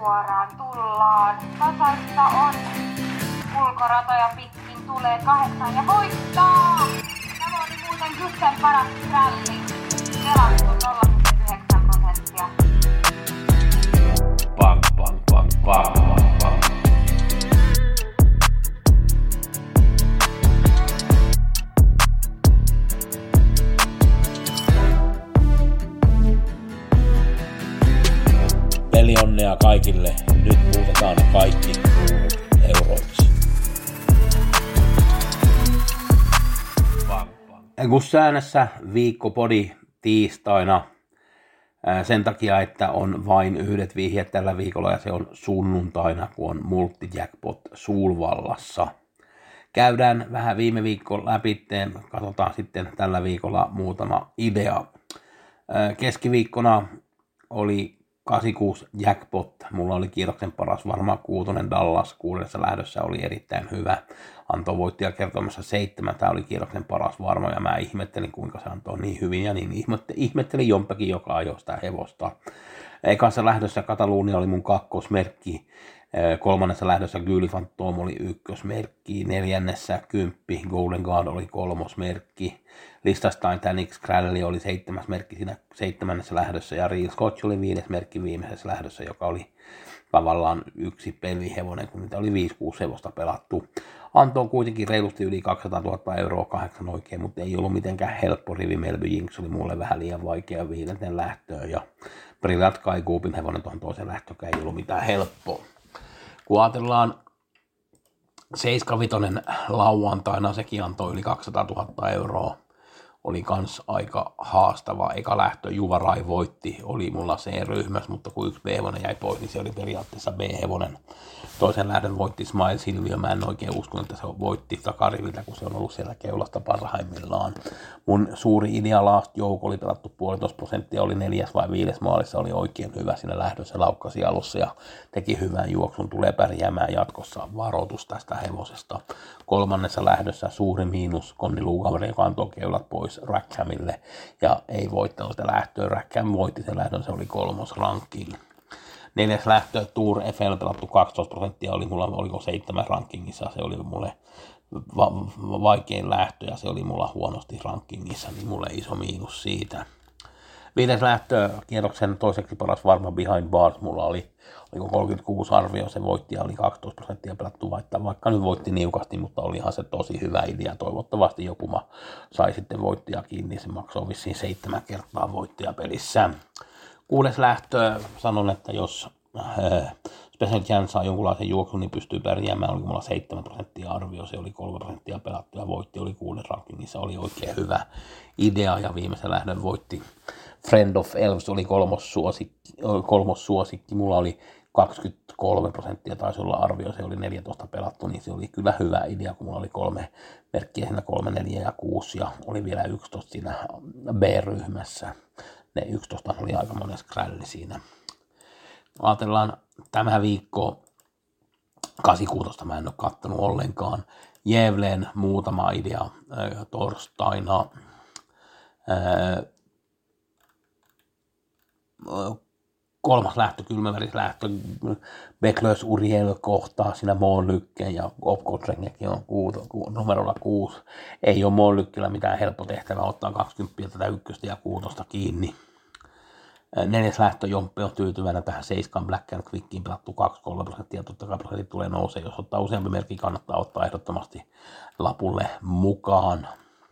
suoraan tullaan. Tasaista on. Ulkoratoja pitkin tulee 8 ja voittaa! Tämä oli muuten Kysten paras ralli. Pelattu 0,9%. Bang, bang, bang, bang, bang, bang. Pelionnea kaikille. Nyt muutetaan kaikki kruunut euroiksi. Säännössä viikkopodi tiistaina sen takia, että on vain yhdet vihjeet tällä viikolla ja se on sunnuntaina, kun on multijackpot Sulvallassa. Käydään vähän viime viikon läpi, katsotaan sitten tällä viikolla muutama idea. Keskiviikkona oli 86 jackpot, mulla oli kierroksen paras varmaan 6 Dallas, 6 lähdössä oli erittäin hyvä. Antoi voittia kertomassa 7, tämä oli kierroksen paras varma ja mä ihmettelin kuinka se antoi niin hyvin ja niin ihmettelin jompakin, joka ajoi sitä hevosta. Ekassa lähdössä Kataluunia oli mun kakkosmerkki, 3. lähdössä Gyli Phantom oli ykkösmerkki, 4. 10 Golden Guard oli 3. merkki, Listastain Titanic Rally oli 7. merkki siinä 7. lähdössä ja Real Scotch oli 5. merkki viimeisessä lähdössä, joka oli tavallaan yksi pelihevonen, kun niitä oli 5-6 hevosta pelattu. Antoi kuitenkin reilusti yli 200 000 euroa 8 oikein, mutta ei ollut mitenkään helppo rivi. Melby Jinx oli mulle vähän liian vaikea 5. lähtöön ja Brilliant Kai Coopin hevonen tuohon toisen lähtökään ei ollut mitään helppoa. Kun ajatellaan 75 lauantaina, sekin antoi yli 200 000 euroa. Oli kans aika haastava. Eka lähtö Juvarai voitti, oli mulla C-ryhmässä, mutta kun yksi B-hevonen jäi pois, niin se oli periaatteessa B-hevonen. Toisen lähdön voitti Smile Silvio, mä en oikein uskonut, että se voitti takariviltä, kun se on ollut siellä keulasta parhaimmillaan. Mun suuri idea Last Joke oli pelattu 1,5%, oli 4. vai 5. maalissa, oli oikein hyvä siinä lähdössä, laukkasi alussa ja teki hyvän juoksun, tulee pärjäämään jatkossa. Varoitus tästä hevosesta. 3. lähdössä suuri miinus Konni Lugaveri, joka antoi keulat pois Rackhamille ja ei voittanut sitä lähtöä. Rackham voitti sen lähdön, se oli 3. ranking. 4. lähtö Tour FL pelattu 12%, oli mulla, oliko 7 rankingissa, se oli mulle vaikein lähtö ja se oli mulla huonosti rankingissa, niin mulle iso miinus siitä. 5. lähtö kierroksen toiseksi paras varma Behind Bars, mulla oli 36 arvio, se voitti ja oli 12% pelattu, vaikka nyt voitti niukasti, mutta olihan se tosi hyvä idea. Toivottavasti joku sai sitten voittia kiinni, se maksoi vissiin 7 kertaa voittia pelissä. 6. lähtö, sanon, että jos Special Chance saa jonkunlaisen juoksun, niin pystyy pärjäämään. Oli mulla 7% arvio, se oli 3% pelattu ja voitti, oli 6 rankingissa, oli oikein hyvä idea ja viimeisen lähdön voitti Friend of Elves, oli kolmos suosikki, mulla oli 23% taisi olla arvio, se oli 14 pelattu, niin se oli kyllä hyvä idea, kun mulla oli 3 merkkiä siinä 3, 4 ja 6 ja oli vielä 11 siinä B-ryhmässä. Ne 11 oli aika monen skrälli siinä. Ajatellaan tämä viikko 86, mä en ole kattonut ollenkaan. Jevlen muutama idea torstaina. 3. lähtö, kylmävärislähtö, Becklers Uriel kohtaa siinä Moonlykkeen ja Opkotrengekin on numerolla 6. Ei ole Moonlykkellä mitään helppo tehtävä ottaa 20 tätä 1 ja 6 kiinni. 4. lähtö Jomppe on tyytyväinen tähän 7 Black and Quickiin pelattu 2-3%, totta kai prosentit tulee nousee, jos ottaa useampi merkki, kannattaa ottaa ehdottomasti lapulle mukaan.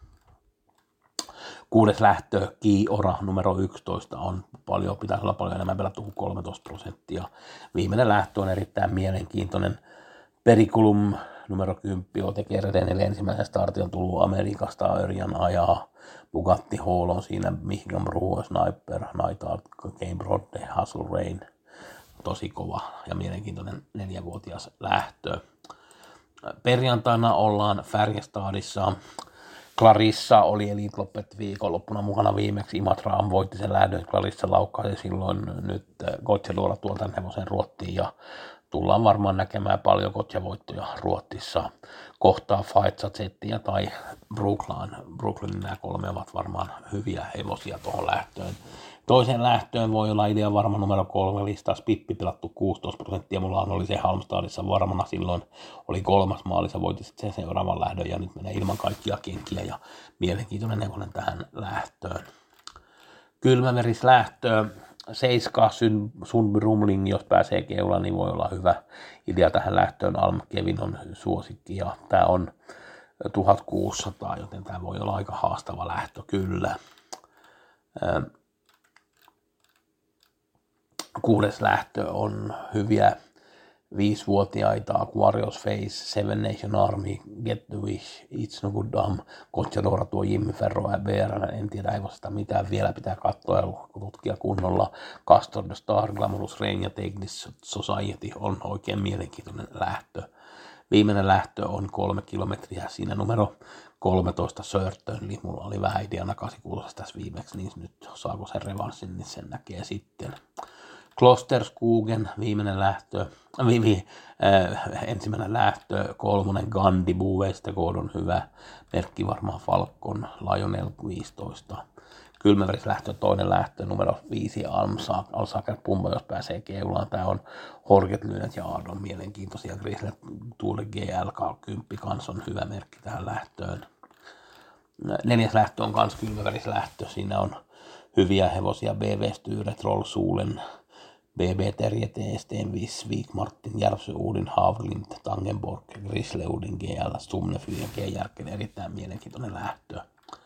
6. lähtö Kiora numero 11 on paljon, pitäisi olla paljon enemmän pelattu kuin 13%. Viimeinen lähtö on erittäin mielenkiintoinen. Periculum numero 10 tekee Redenelle ensimmäisen startin, on tullut Amerikasta, Örjan ajaa. Bugatti Hall on siinä, Michigan Brewer, Sniper, Nighthawk, Game Broad, Hustle Rain. Tosi kova ja mielenkiintoinen 4-vuotias lähtö. Perjantaina ollaan Färjestadissa. Clarissa oli Elite Loppet viikonloppuna mukana viimeksi. Imatra voitti sen lähdön. Clarissa laukkasi silloin nyt Gotcha-luola tuolta hevosen Ruottiin ja tullaan varmaan näkemään paljon Gotcha-voittoja Ruotsissa. Kohtaa Faitsa Zettiä tai Brooklyn. Nämä 3 ovat varmaan hyviä hevosia tuohon lähtöön. Toiseen lähtöön voi olla idea varma numero 3 listaus Pippi pelattu 16%. Mulla oli se Halmstadissa varmana silloin, oli 3. maalissa, voitti sitten sen seuraavan lähdön ja nyt menee ilman kaikkia kenkiä ja mielenkiintoinen nevonen tähän lähtöön. Kylmäverislähtö 7 Sunbrumling, jos pääsee keulaan, niin voi olla hyvä idea tähän lähtöön. Alm Kevin on suosikki ja tämä on 1600, joten tämä voi olla aika haastava lähtö kyllä. 6. lähtö on hyviä 5-vuotiaita, Aquarius Face, Seven Nation Army, Get the Wish, It's No Good Dumb, Coachadora, tuo Jimmy Ferro ja BR, en tiedä, ei vasta mitään, vielä pitää katsoa ja tutkia kunnolla. Castor the Star, Glamorous Rain ja Take This Society on oikein mielenkiintoinen lähtö. Viimeinen lähtö on 3 kilometriä, siinä numero 13 Certainly, mulla oli vähän ideana 86 tässä viimeksi, niin nyt saako sen revanssin, niin sen näkee sitten. Klosterskogen, viimeinen lähtö, ensimmäinen lähtö, 3 Gandhi, Westergaard on hyvä, merkki varmaan Falcon, Lionel 15. Kylmäverislähtö, toinen lähtö, numero 5 Alsaker Pumba, jos pääsee keulaan. Tämä on Horget Lynet ja Aadon mielenkiintoisia. Grizzly Tour GL 10 kans on hyvä merkki tähän lähtöön. 4. lähtö on kans kylmäverislähtö, siinä on hyviä hevosia BV Styre, Trollsuulen, BB Terje, Stenvis, Vik, Martin, Järvsö, Uudin, Havrlind, Tangenborg, Grizzly, Uudin, GL, Stumnefy ja G-Järken, erittäin mielenkiintoinen lähtö.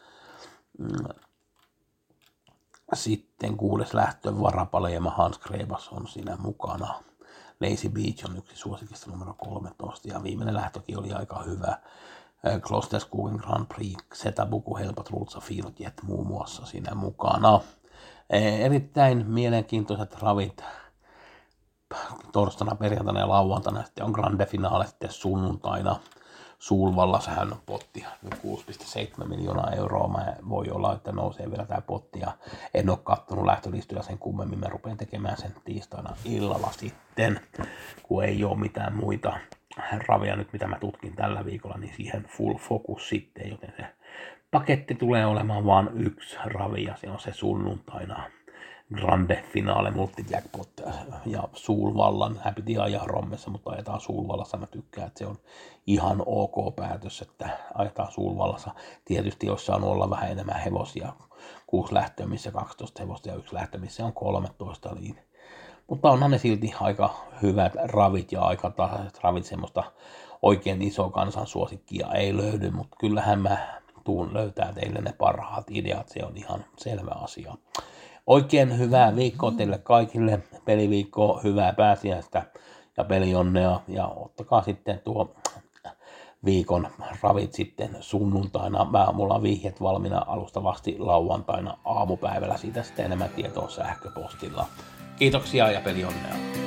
Sitten 6. lähtö, Varapaleema, Hans Grebas on siinä mukana. Lazy Beach on yksi suosikista numero 13 ja viimeinen lähtökin oli aika hyvä. Klosterskogen Grand Prix, Setabuku, Helpat, Rultsa, Fieljet muun muassa siinä mukana. Erittäin mielenkiintoiset ravit torstaina, perjantaina ja lauantaina. Sitten on grande finale sitten sunnuntaina. Sulvalla sehän on potti 6,7 miljoonaa euroa. Voi olla, että nousee vielä tämä potti ja en ole katsonut lähtölistoja sen kummemmin. Mä rupean tekemään sen tiistaina illalla sitten, kun ei ole mitään muita ravia nyt, mitä mä tutkin tällä viikolla, niin siihen full focus sitten, joten se paketti tulee olemaan vain 1 ravi ja se on se sunnuntaina grande finale multijackpot ja Sulvallan. Hän piti ajaa Rommessa, mutta ajetaan Sulvallassa. Mä tykkään, että se on ihan ok päätös, että ajetaan Sulvallassa. Tietysti jos saanut olla vähän enemmän hevosia, 6 lähtöä, missä 12 hevosta ja 1 lähtö, missä on 13, niin. Mutta onhan ne silti aika hyvät ravit ja aika tasaiset ravit, semmoista oikein iso kansansuosikkia ei löydy, mutta kyllähän mä tuun löytää teille ne parhaat ideat, se on ihan selvä asia. Oikein hyvää viikkoa teille kaikille, peliviikkoa, hyvää pääsiäistä ja pelionnea ja ottakaa sitten tuo viikon ravit sitten sunnuntaina. Mulla on vihjet valmiina alustavasti lauantaina aamupäivällä, siitä sitten enemmän tietoa sähköpostilla. Kiitoksia ja pelionnea.